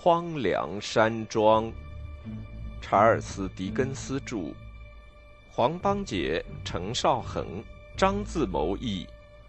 荒凉山庄，查尔斯·狄更斯著，黄邦杰、程绍恒、张自谋译。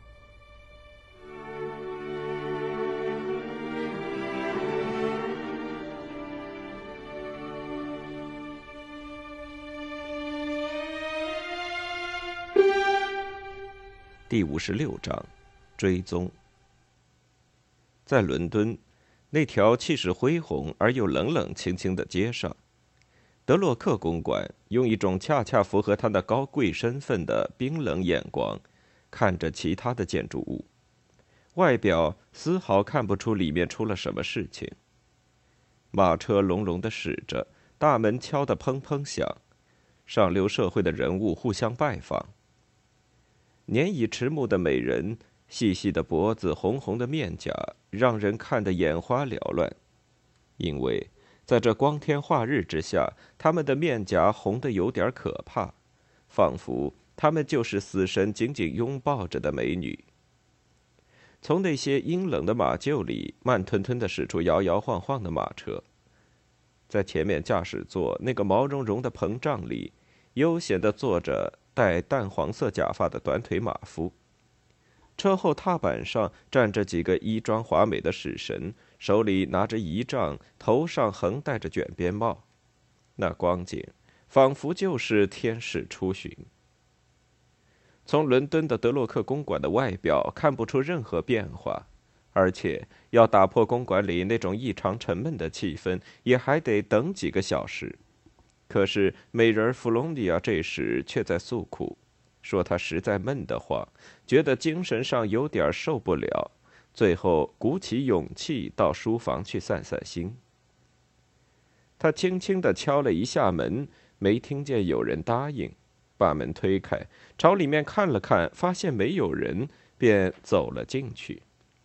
第56章，追踪。在伦敦，那条气势恢宏而又冷冷清清的街上，德洛克公馆用一种恰恰符合他那高贵身份的冰冷眼光看着其他的建筑物，外表丝毫看不出里面出了什么事情。马车隆隆地驶着，大门敲得砰砰响，上流社会的人物互相拜访。年已迟暮的美人，细细的脖子，红红的面颊，让人看得眼花缭乱。因为在这光天化日之下，她们的面颊红得有点可怕，仿佛她们就是死神紧紧拥抱着的美女。从那些阴冷的马厩里，慢吞吞地驶出摇摇晃晃的马车。在前面驾驶座那个毛茸茸的膨胀里，悠闲地坐着戴淡黄色假发的短腿马夫。车后踏板上站着几个衣装华美的使神，手里拿着仪仗，头上横戴着卷边帽。那光景仿佛就是天使出巡。从伦敦的德洛克公馆的外表看不出任何变化，而且要打破公馆里那种异常沉闷的气氛，也还得等几个小时。可是美人弗隆蒂亚这时却在诉苦，说她实在闷得慌，觉得精神上有点受不了，最后鼓起勇气到书房去散散心。她轻轻地敲了一下门，没听见有人答应，把门推开，朝里面看了看，发现没有人，便走了进去。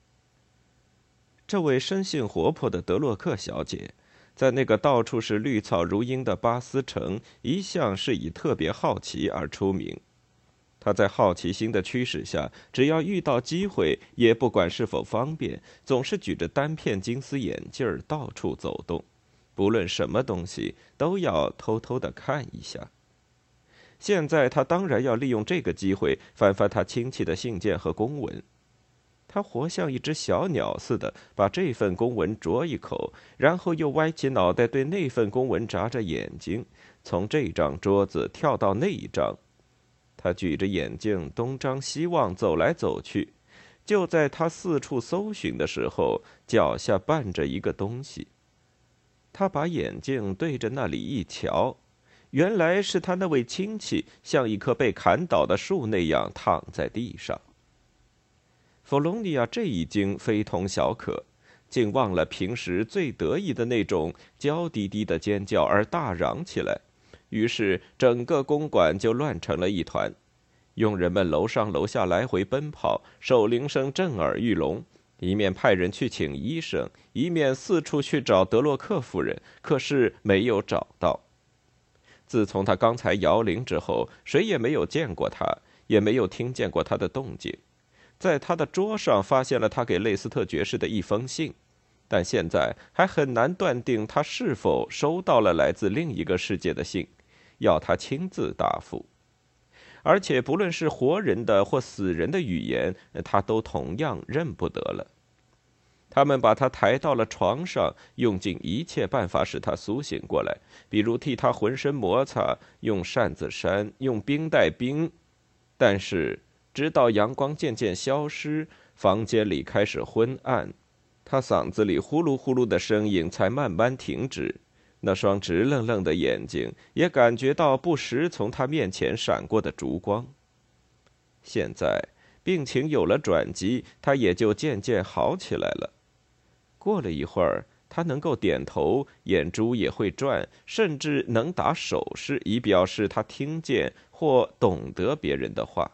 这位生性活泼的德洛克小姐，在那个到处是绿草如茵的巴斯城，一向是以特别好奇而出名。他在好奇心的驱使下，只要遇到机会，也不管是否方便，总是举着单片金丝眼镜到处走动，不论什么东西都要偷偷地看一下。现在他当然要利用这个机会翻翻他亲戚的信件和公文。他活像一只小鸟似的，把这份公文啄一口，然后又歪起脑袋对那份公文眨着眼睛，从这张桌子跳到那一张。他举着眼镜东张西望走来走去，就在他四处搜寻的时候，脚下绊着一个东西。他把眼镜对着那里一瞧，原来是他那位亲戚像一棵被砍倒的树那样躺在地上。弗隆尼亚这一惊非同小可，竟忘了平时最得意的那种娇滴滴的尖叫而大嚷起来，于是整个公馆就乱成了一团。佣人们楼上楼下来回奔跑，手铃声震耳欲聋，一面派人去请医生，一面四处去找德洛克夫人，可是没有找到。自从他刚才摇铃之后，谁也没有见过他，也没有听见过他的动静。在他的桌上发现了他给类斯特爵士的一封信，但现在还很难断定他是否收到了来自另一个世界的信，要他亲自答复。而且不论是活人的或死人的语言，他都同样认不得了。他们把他抬到了床上，用尽一切办法使他苏醒过来，比如替他浑身摩擦，用扇子扇，用冰袋冰。但是直到阳光渐渐消失，房间里开始昏暗，他嗓子里呼噜呼噜的声音才慢慢停止。那双直愣愣的眼睛也感觉到不时从他面前闪过的烛光。现在病情有了转机，他也就渐渐好起来了。过了一会儿，他能够点头，眼珠也会转，甚至能打手势，以表示他听见或懂得别人的话。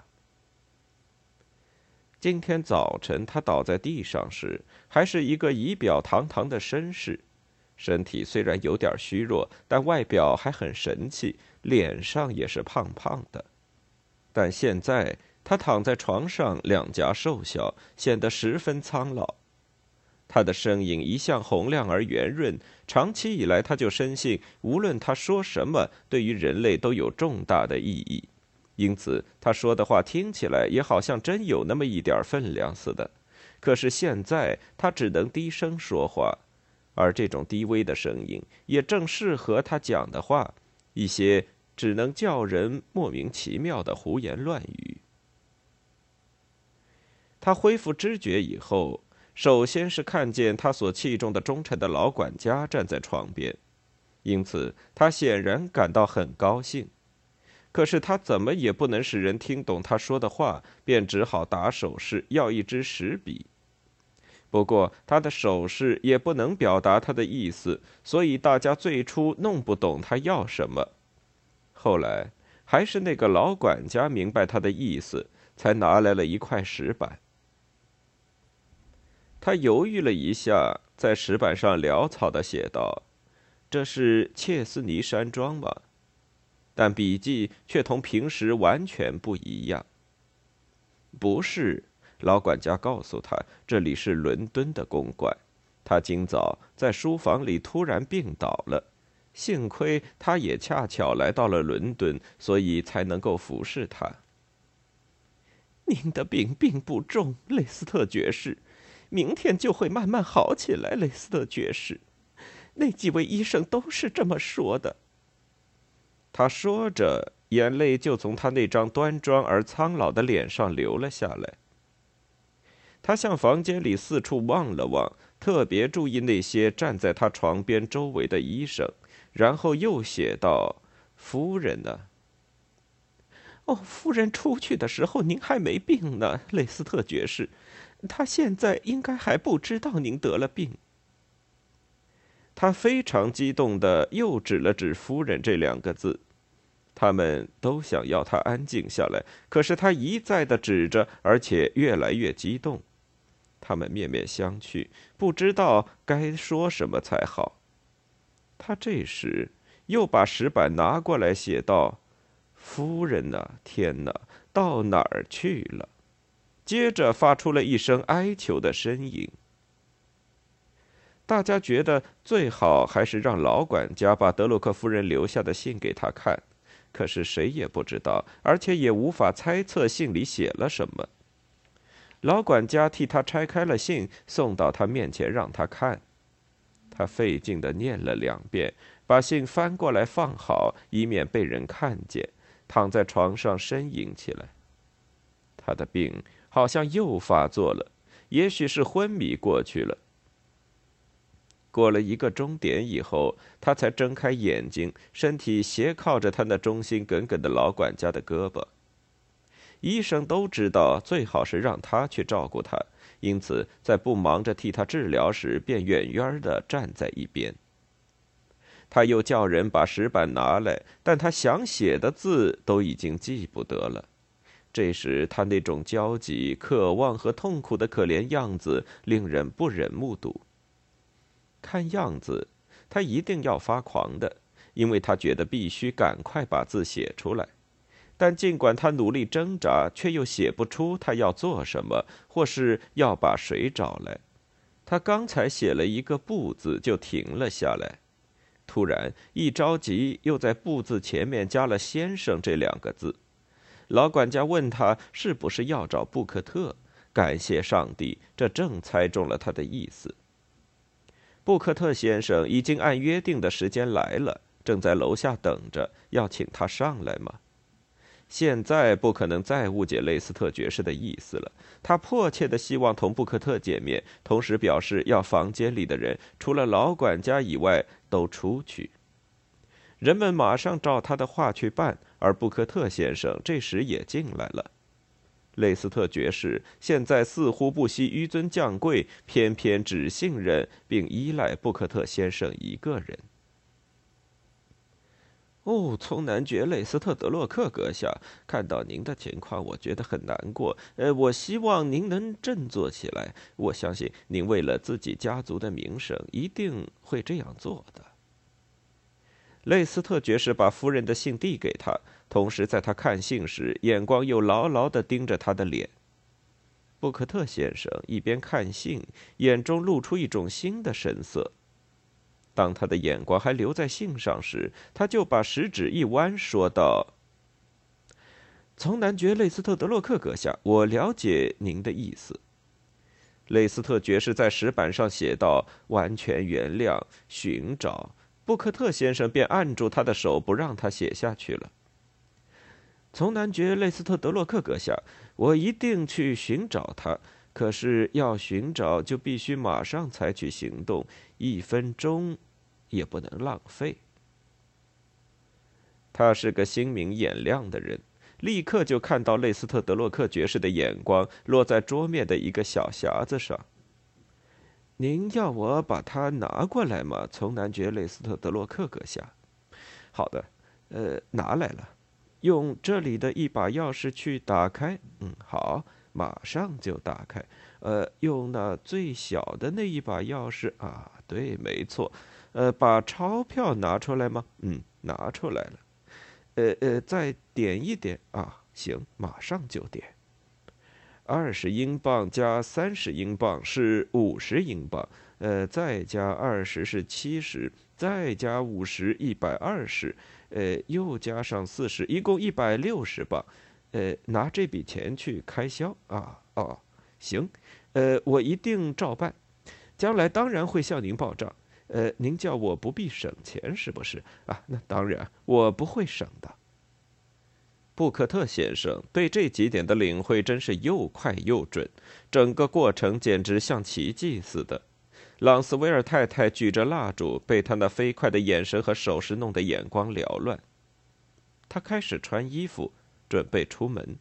今天早晨他倒在地上时，还是一个仪表堂堂的绅士，身体虽然有点虚弱，但外表还很神气，脸上也是胖胖的。但现在他躺在床上，两颊瘦小，显得十分苍老。 他的声音一向洪亮而圆润，长期以来他就深信，无论他说什么，对于人类都有重大的意义。因此，他说的话听起来也好像真有那么一点分量似的。可是现在，他只能低声说话，而这种低微的声音也正适合他讲的话，一些只能叫人莫名其妙的胡言乱语。他恢复知觉以后，首先是看见他所器重的忠诚的老管家站在床边，因此他显然感到很高兴。可是他怎么也不能使人听懂他说的话，便只好打手势要一支石笔。不过他的手势也不能表达他的意思，所以大家最初弄不懂他要什么。后来还是那个老管家明白他的意思，才拿来了一块石板。他犹豫了一下，在石板上潦草地写道：“这是切斯尼山庄吗？”但笔迹却同平时完全不一样。不是，老管家告诉他，这里是伦敦的公馆。他今早在书房里突然病倒了，幸亏他也恰巧来到了伦敦，所以才能够服侍他。您的病并不重，雷斯特爵士，明天就会慢慢好起来，雷斯特爵士。那几位医生都是这么说的。他说着，眼泪就从他那张端庄而苍老的脸上流了下来。他向房间里四处望了望，特别注意那些站在他床边周围的医生，然后又写道：“夫人呢？”“哦，夫人出去的时候您还没病呢，雷斯特爵士。她现在应该还不知道您得了病。”他非常激动地又指了指“夫人”这两个字。他们都想要他安静下来，可是他一再地指着，而且越来越激动。他们面面相觑，不知道该说什么才好。他这时又把石板拿过来，写道：“夫人哪，天哪，到哪儿去了？”接着发出了一声哀求的呻吟。大家觉得最好还是让老管家把德洛克夫人留下的信给他看。可是谁也不知道，而且也无法猜测信里写了什么。老管家替他拆开了信，送到他面前让他看。他费劲地念了2遍，把信翻过来放好，以免被人看见，躺在床上呻吟起来。他的病好像又发作了，也许是昏迷过去了。过了1个钟点以后，他才睁开眼睛，身体斜靠着他那忠心耿耿的老管家的胳膊。医生都知道最好是让他去照顾他，因此在不忙着替他治疗时，便远远地站在一边。他又叫人把石板拿来，但他想写的字都已经记不得了。这时他那种焦急、渴望和痛苦的可怜样子，令人不忍目睹。看样子，他一定要发狂的，因为他觉得必须赶快把字写出来。但尽管他努力挣扎，却又写不出他要做什么，或是要把谁找来。他刚才写了一个“不”字，就停了下来。突然一着急，又在“不”字前面加了“先生”这2个字。老管家问他是不是要找布克特，感谢上帝，这正猜中了他的意思。布克特先生已经按约定的时间来了，正在楼下等着，要请他上来吗？现在不可能再误解雷斯特爵士的意思了。他迫切地希望同布克特见面，同时表示要房间里的人除了老管家以外都出去。人们马上照他的话去办，而布克特先生这时也进来了。雷斯特爵士现在似乎不惜纡尊降贵，偏偏只信任并依赖布克特先生一个人。哦，聪男爵雷斯特德洛克阁下，看到您的情况，我觉得很难过。我希望您能振作起来。我相信您为了自己家族的名声，一定会这样做的。雷斯特爵士把夫人的信递给他，同时在他看信时，眼光又牢牢地盯着他的脸。 布克特先生一边看信，眼中露出一种新的神色。当他的眼光还留在信上时，他就把食指一弯，说道：“从男爵雷斯特·德洛克阁下，我了解您的意思。”雷斯特爵士在石板上写道：“完全原谅，寻找。”布克特先生便按住他的手，不让他写下去了。从男爵雷斯特·德洛克阁下，我一定去寻找他。可是要寻找，就必须马上采取行动，1分钟也不能浪费。他是个心明眼亮的人，立刻就看到雷斯特·德洛克爵士的眼光落在桌面的一个小匣子上。您要我把它拿过来吗？从男爵雷斯特·德洛克阁下。好的，拿来了。用这里的一把钥匙去打开。好，马上就打开。用那最小的那一把钥匙啊，对，没错。把钞票拿出来吗？拿出来了。再点一点啊，行，马上就点。20英镑加30英镑是50英镑，再加20是70，再加50120，又加上40，一共160镑。拿这笔钱去开销啊？哦，行，我一定照办，将来当然会向您报账。您叫我不必省钱是不是？啊，那当然，我不会省的。布克特先生对这几点的领会真是又快又准，整个过程简直像奇迹似的。朗斯维尔太太举着蜡烛，被他那飞快的眼神和手势弄得眼光缭乱。他开始穿衣服，准备出门。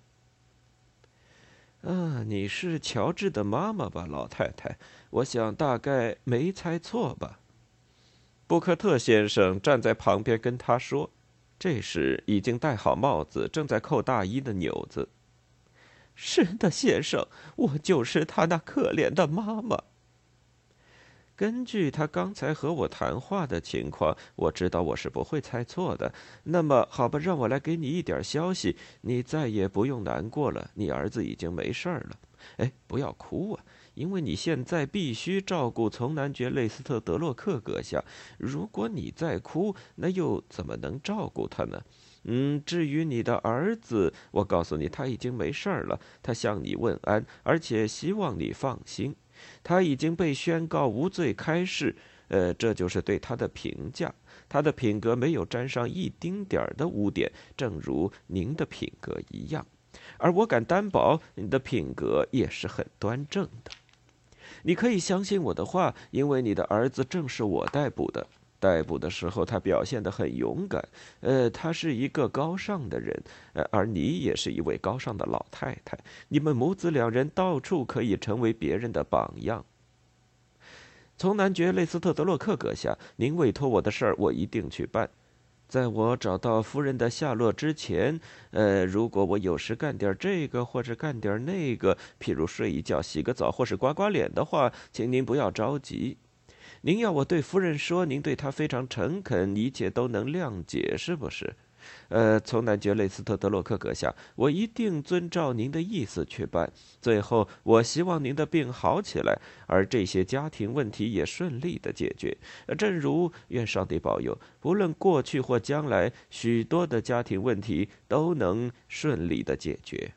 你是乔治的妈妈吧，老太太？我想大概没猜错吧。布克特先生站在旁边跟他说。这时已经戴好帽子，正在扣大衣的纽子。是的，先生，我就是他那可怜的妈妈。根据他刚才和我谈话的情况，我知道我是不会猜错的。那么，好吧，让我来给你一点消息，你再也不用难过了，你儿子已经没事了。不要哭啊，因为你现在必须照顾从男爵雷斯特·德洛克阁下。如果你再哭，那又怎么能照顾他呢？至于你的儿子，我告诉你，他已经没事了。他向你问安，而且希望你放心。他已经被宣告无罪开释，这就是对他的评价。他的品格没有沾上一丁点儿的污点，正如您的品格一样。而我敢担保，你的品格也是很端正的。你可以相信我的话，因为你的儿子正是我逮捕的。逮捕的时候，他表现得很勇敢。他是一个高尚的人，而你也是一位高尚的老太太。你们母子2人到处可以成为别人的榜样。从男爵雷斯特·德洛克阁下，您委托我的事儿，我一定去办。在我找到夫人的下落之前，如果我有时干点这个或者干点那个，譬如睡一觉、洗个澡或是刮刮脸的话，请您不要着急。您要我对夫人说，您对她非常诚恳，一切都能谅解，是不是？从男爵雷斯特·德洛克阁下，我一定遵照您的意思去办。最后，我希望您的病好起来，而这些家庭问题也顺利的解决。正如愿上帝保佑，不论过去或将来，许多的家庭问题都能顺利的解决。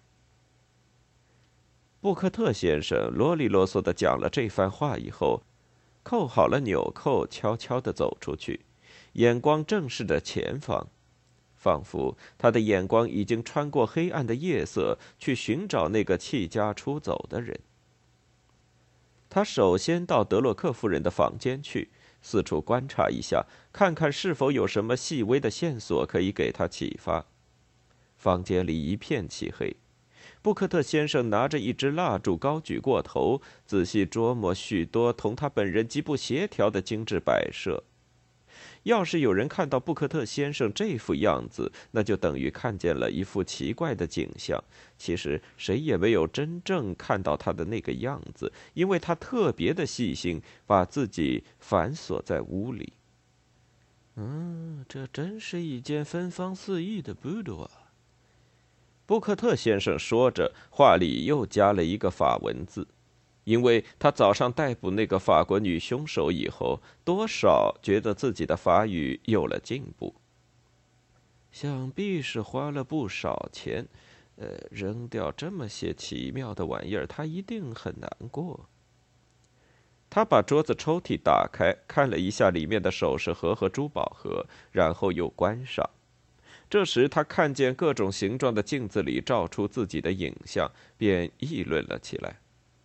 布克特先生啰里啰嗦的讲了这番话以后，扣好了纽扣，悄悄地走出去，眼光正视着前方。仿佛他的眼光已经穿过黑暗的夜色，去寻找那个弃家出走的人。他首先到德洛克夫人的房间去，四处观察一下，看看是否有什么细微的线索可以给他启发。房间里一片漆黑，布克特先生拿着一支蜡烛高举过头，仔细琢磨许多同他本人极不协调的精致摆设。要是有人看到布克特先生这副样子，那就等于看见了一副奇怪的景象。其实谁也没有真正看到他的那个样子，因为他特别的细心，把自己反锁在屋里。这真是一间芬芳四溢的boudoir。 布克特先生说着，话里又加了一个法文字，因为他早上逮捕那个法国女凶手以后，多少觉得自己的法语有了进步。想必是花了不少钱，扔掉这么些奇妙的玩意儿，他一定很难过。他把桌子抽屉打开，看了一下里面的首饰盒和珠宝盒，然后又关上。这时，他看见各种形状的镜子里照出自己的影像，便议论了起来。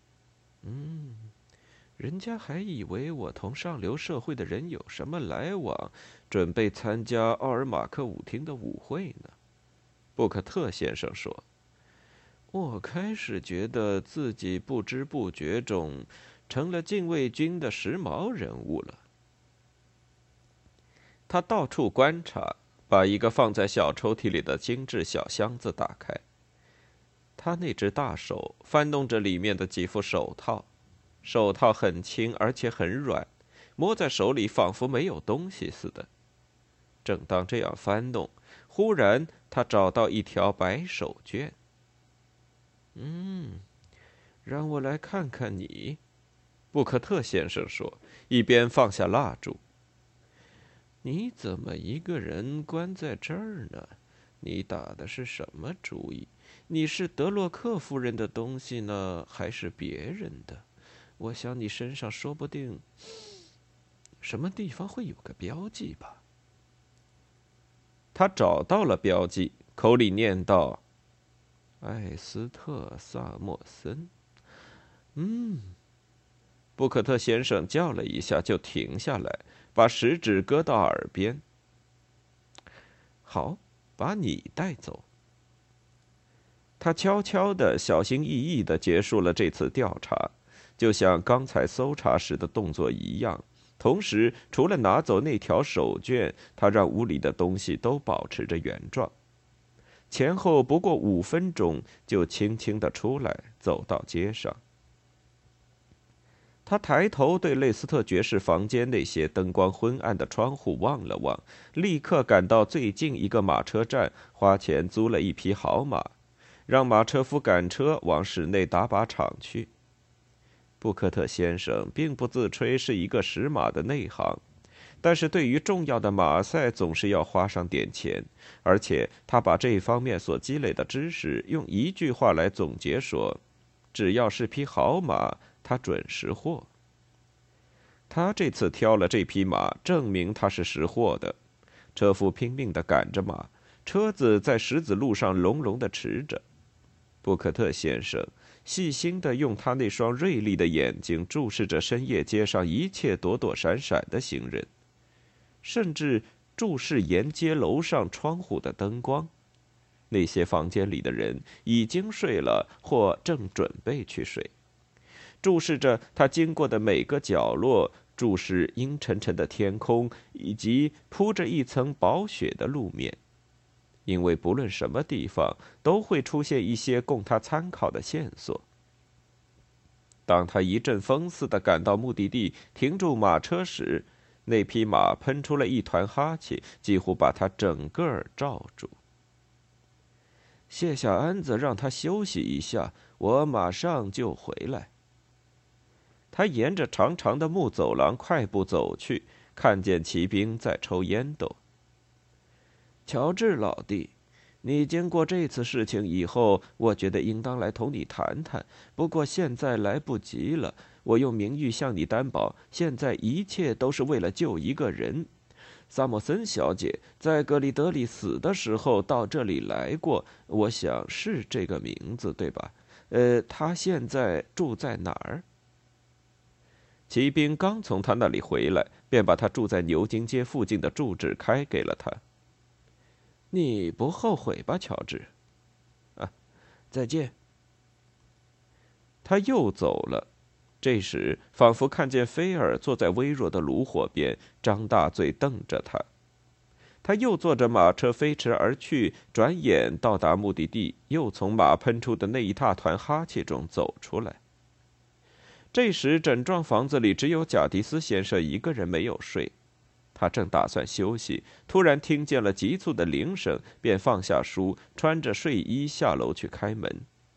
人家还以为我同上流社会的人有什么来往，准备参加奥尔马克舞厅的舞会呢。布克特先生说：“我开始觉得自己不知不觉中成了禁卫军的时髦人物了。”他到处观察，把一个放在小抽屉里的精致小箱子打开。他那只大手翻弄着里面的几副手套，手套很轻而且很软，摸在手里仿佛没有东西似的。正当这样翻弄，忽然他找到一条白手绢。让我来看看你，布克特先生说，一边放下蜡烛。你怎么一个人关在这儿呢？你打的是什么主意？你是德洛克夫人的东西呢，还是别人的？我想你身上说不定什么地方会有个标记吧。他找到了标记，口里念道：“艾斯特·萨默森。”布克特先生叫了一下，就停下来，把食指搁到耳边。好，把你带走。他悄悄地、小心翼翼地结束了这次调查，就像刚才搜查时的动作一样。同时，除了拿走那条手绢，他让屋里的东西都保持着原状。前后不过5分钟，就轻轻地出来，走到街上。他抬头对类斯特爵士房间那些灯光昏暗的窗户望了望，立刻赶到最近一个马车站，花钱租了一匹好马，让马车夫赶车往市内打靶场去。布克特先生并不自吹是一个识马的内行，但是对于重要的马赛总是要花上点钱，而且他把这方面所积累的知识用一句话来总结说：只要是匹好马，他准识货。他这次挑了这匹马，证明他是识货的。车夫拼命地赶着马，车子在石子路上隆隆地驰着。布克特先生细心地用他那双锐利的眼睛注视着深夜街上一切躲躲闪闪的行人，甚至注视沿街楼上窗户的灯光。那些房间里的人已经睡了，或正准备去睡。注视着他经过的每个角落，注视阴沉沉的天空，以及铺着一层薄雪的路面。因为不论什么地方，都会出现一些供他参考的线索。当他一阵风似的赶到目的地，停住马车时，那匹马喷出了一团哈气，几乎把他整个罩住。卸下鞍子，让他休息一下，我马上就回来。他沿着长长的木走廊快步走去，看见骑兵在抽烟斗。乔治老弟，你经过这次事情以后，我觉得应当来同你谈谈。不过现在来不及了，我用名誉向你担保，现在一切都是为了救一个人。萨默森小姐在格里德里死的时候到这里来过，我想是这个名字，对吧？她现在住在哪儿？骑兵刚从他那里回来，便把他住在牛津街附近的住址开给了他。你不后悔吧，乔治？再见。他又走了。这时，仿佛看见菲尔坐在微弱的炉火边，张大嘴瞪着他。他又坐着马车飞驰而去，转眼到达目的地，又从马喷出的那一大团哈气中走出来。这时，整幢房子里只有贾迪斯先生一个人没有睡。 他正打算休息，突然听见了急促的铃声，便放下书，穿着睡衣下楼去开门。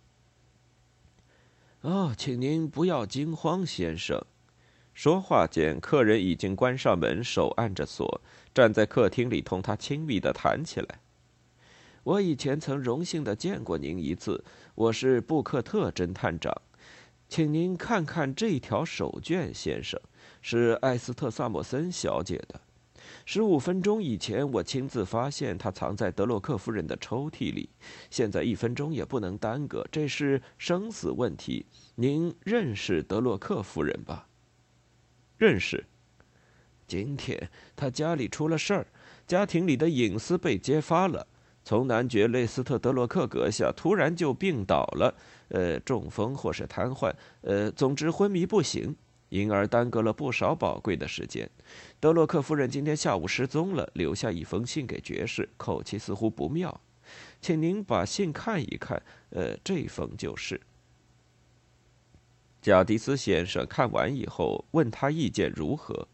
哦，请您不要惊慌，先生。说话间，客人已经关上门，手按着锁，站在客厅里同他亲密地谈起来。我以前曾荣幸地见过您一次，我是布克特侦探长，请您看看这条手绢，先生，是艾斯特·萨默森小姐的。15分钟以前，我亲自发现它藏在德洛克夫人的抽屉里。现在1分钟也不能耽搁，这是生死问题。您认识德洛克夫人吧？认识。今天她家里出了事儿，家庭里的隐私被揭发了。从男爵雷斯特·德洛克阁下突然就病倒了，中风或是瘫痪，总之昏迷不醒。因而耽搁了不少宝贵的时间。德洛克夫人今天下午失踪了，留下一封信给爵士，口气似乎不妙。请您把信看一看，这封就是。贾迪斯先生看完以后，问他意见如何。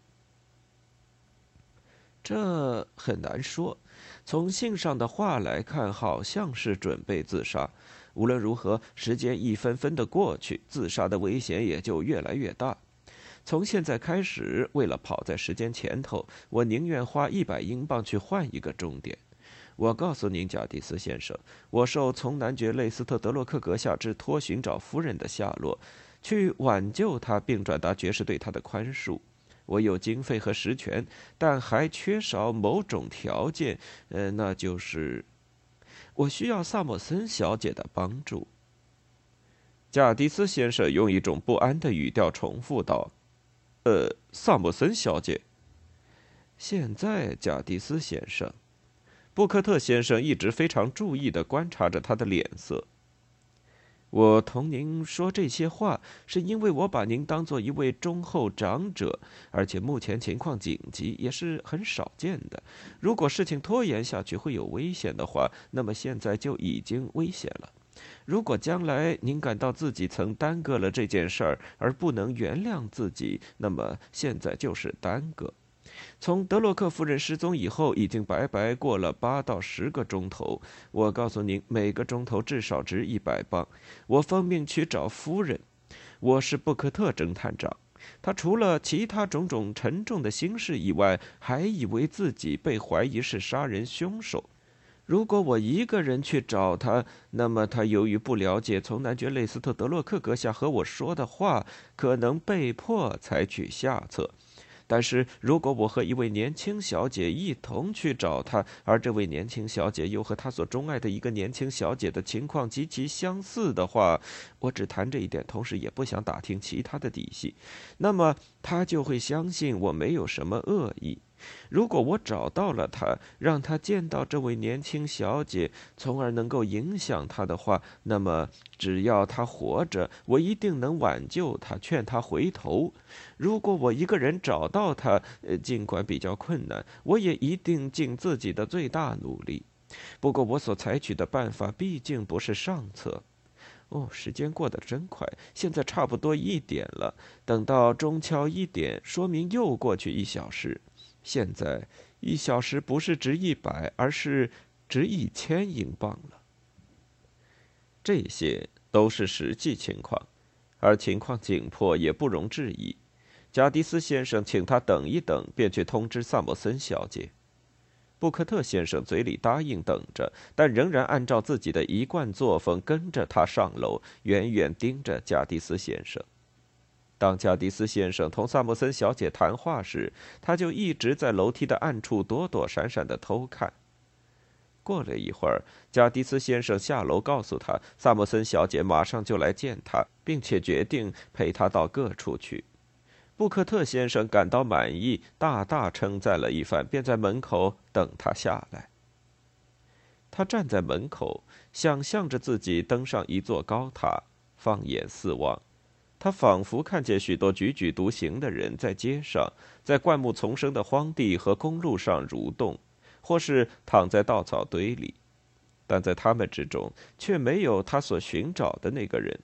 这很难说，从信上的话来看，好像是准备自杀。无论如何，时间一分分的过去，自杀的危险也就越来越大。从现在开始，为了跑在时间前头，我宁愿花100英镑去换一个终点。我告诉您，贾蒂斯先生，我受从男爵雷斯特·德洛克阁下之托寻找夫人的下落，去挽救她，并转达爵士对她的宽恕。我有经费和实权，但还缺少某种条件，那就是我需要萨默森小姐的帮助。贾迪斯先生用一种不安的语调重复道。萨默森小姐。现在，贾迪斯先生，布克特先生一直非常注意地观察着他的脸色。我同您说这些话，是因为我把您当作一位忠厚长者，而且目前情况紧急，也是很少见的。如果事情拖延下去会有危险的话，那么现在就已经危险了。如果将来您感到自己曾耽搁了这件事儿，而不能原谅自己，那么现在就是耽搁。从德洛克夫人失踪以后，已经白白过了8到10个钟头。我告诉您，每个钟头至少值100磅。我奉命去找夫人。我是布克特侦探长。他除了其他种种沉重的心事以外，还以为自己被怀疑是杀人凶手。如果我一个人去找他，那么他由于不了解从男爵雷斯特·德洛克阁下和我说的话，可能被迫采取下策。但是如果我和一位年轻小姐一同去找他，而这位年轻小姐又和他所钟爱的一个年轻小姐的情况极其相似的话，我只谈这一点，同时也不想打听其他的底细，那么他就会相信我没有什么恶意。如果我找到了他，让他见到这位年轻小姐，从而能够影响他的话，那么只要他活着，我一定能挽救他，劝他回头。如果我一个人找到他，尽管比较困难，我也一定尽自己的最大努力。不过我所采取的办法毕竟不是上策。哦，时间过得真快，现在差不多1点了。等到钟敲1点，说明又过去1小时。现在1小时不是值100，而是值1000英镑了。这些都是实际情况，而情况紧迫也不容置疑。贾迪斯先生请他等一等，便去通知萨默森小姐。布克特先生嘴里答应等着，但仍然按照自己的一贯作风跟着他上楼，远远盯着贾迪斯先生。当贾迪斯先生同萨默森小姐谈话时，他就一直在楼梯的暗处躲躲闪闪地偷看。过了一会儿，贾迪斯先生下楼告诉他，萨默森小姐马上就来见他，并且决定陪他到各处去。布克特先生感到满意，大大称赞了一番，便在门口等他下来。他站在门口，想象着自己登上一座高塔，放眼四望。他仿佛看见许多踽踽独行的人在街上，在灌木丛生的荒地和公路上蠕动，或是躺在稻草堆里，但在他们之中却没有他所寻找的那个人。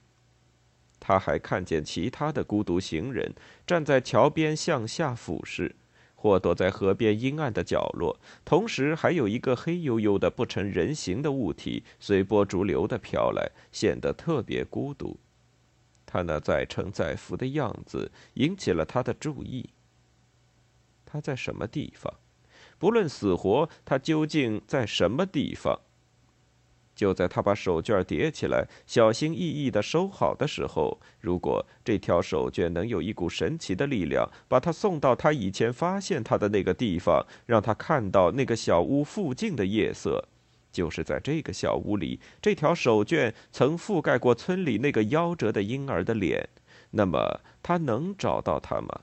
他还看见其他的孤独行人站在桥边向下俯视， 或躲在河边阴暗的角落，同时还有一个黑黝黝的不成人形的物体随波逐流地飘来，显得特别孤独。他那载沉载浮的样子引起了他的注意。他在什么地方？不论死活，他究竟在什么地方？就在他把手绢叠起来，小心翼翼地收好的时候，如果这条手绢能有一股神奇的力量，把他送到他以前发现他的那个地方，让他看到那个小屋附近的夜色，就是在这个小屋里，这条手绢曾覆盖过村里那个夭折的婴儿的脸，那么他能找到他吗？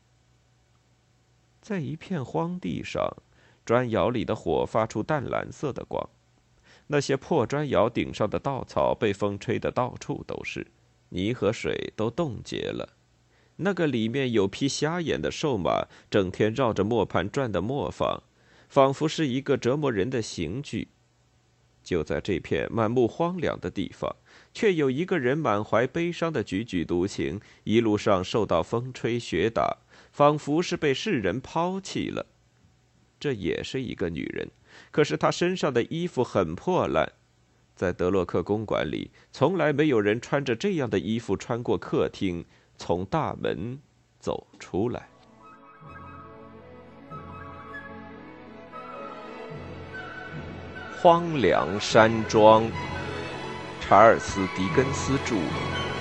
在一片荒地上，砖窑里的火发出淡蓝色的光。那些破砖窑顶上的稻草被风吹得到处都是，泥和水都冻结了。那个里面有匹瞎眼的瘦马，整天绕着磨盘转的磨坊，仿佛是一个折磨人的刑具。就在这片满目荒凉的地方，却有一个人满怀悲伤的踽踽独行，一路上受到风吹雪打，仿佛是被世人抛弃了。这也是一个女人，可是她身上的衣服很破烂。在德洛克公馆里，从来没有人穿着这样的衣服穿过客厅，从大门走出来。荒凉山庄，查尔斯·狄更斯著。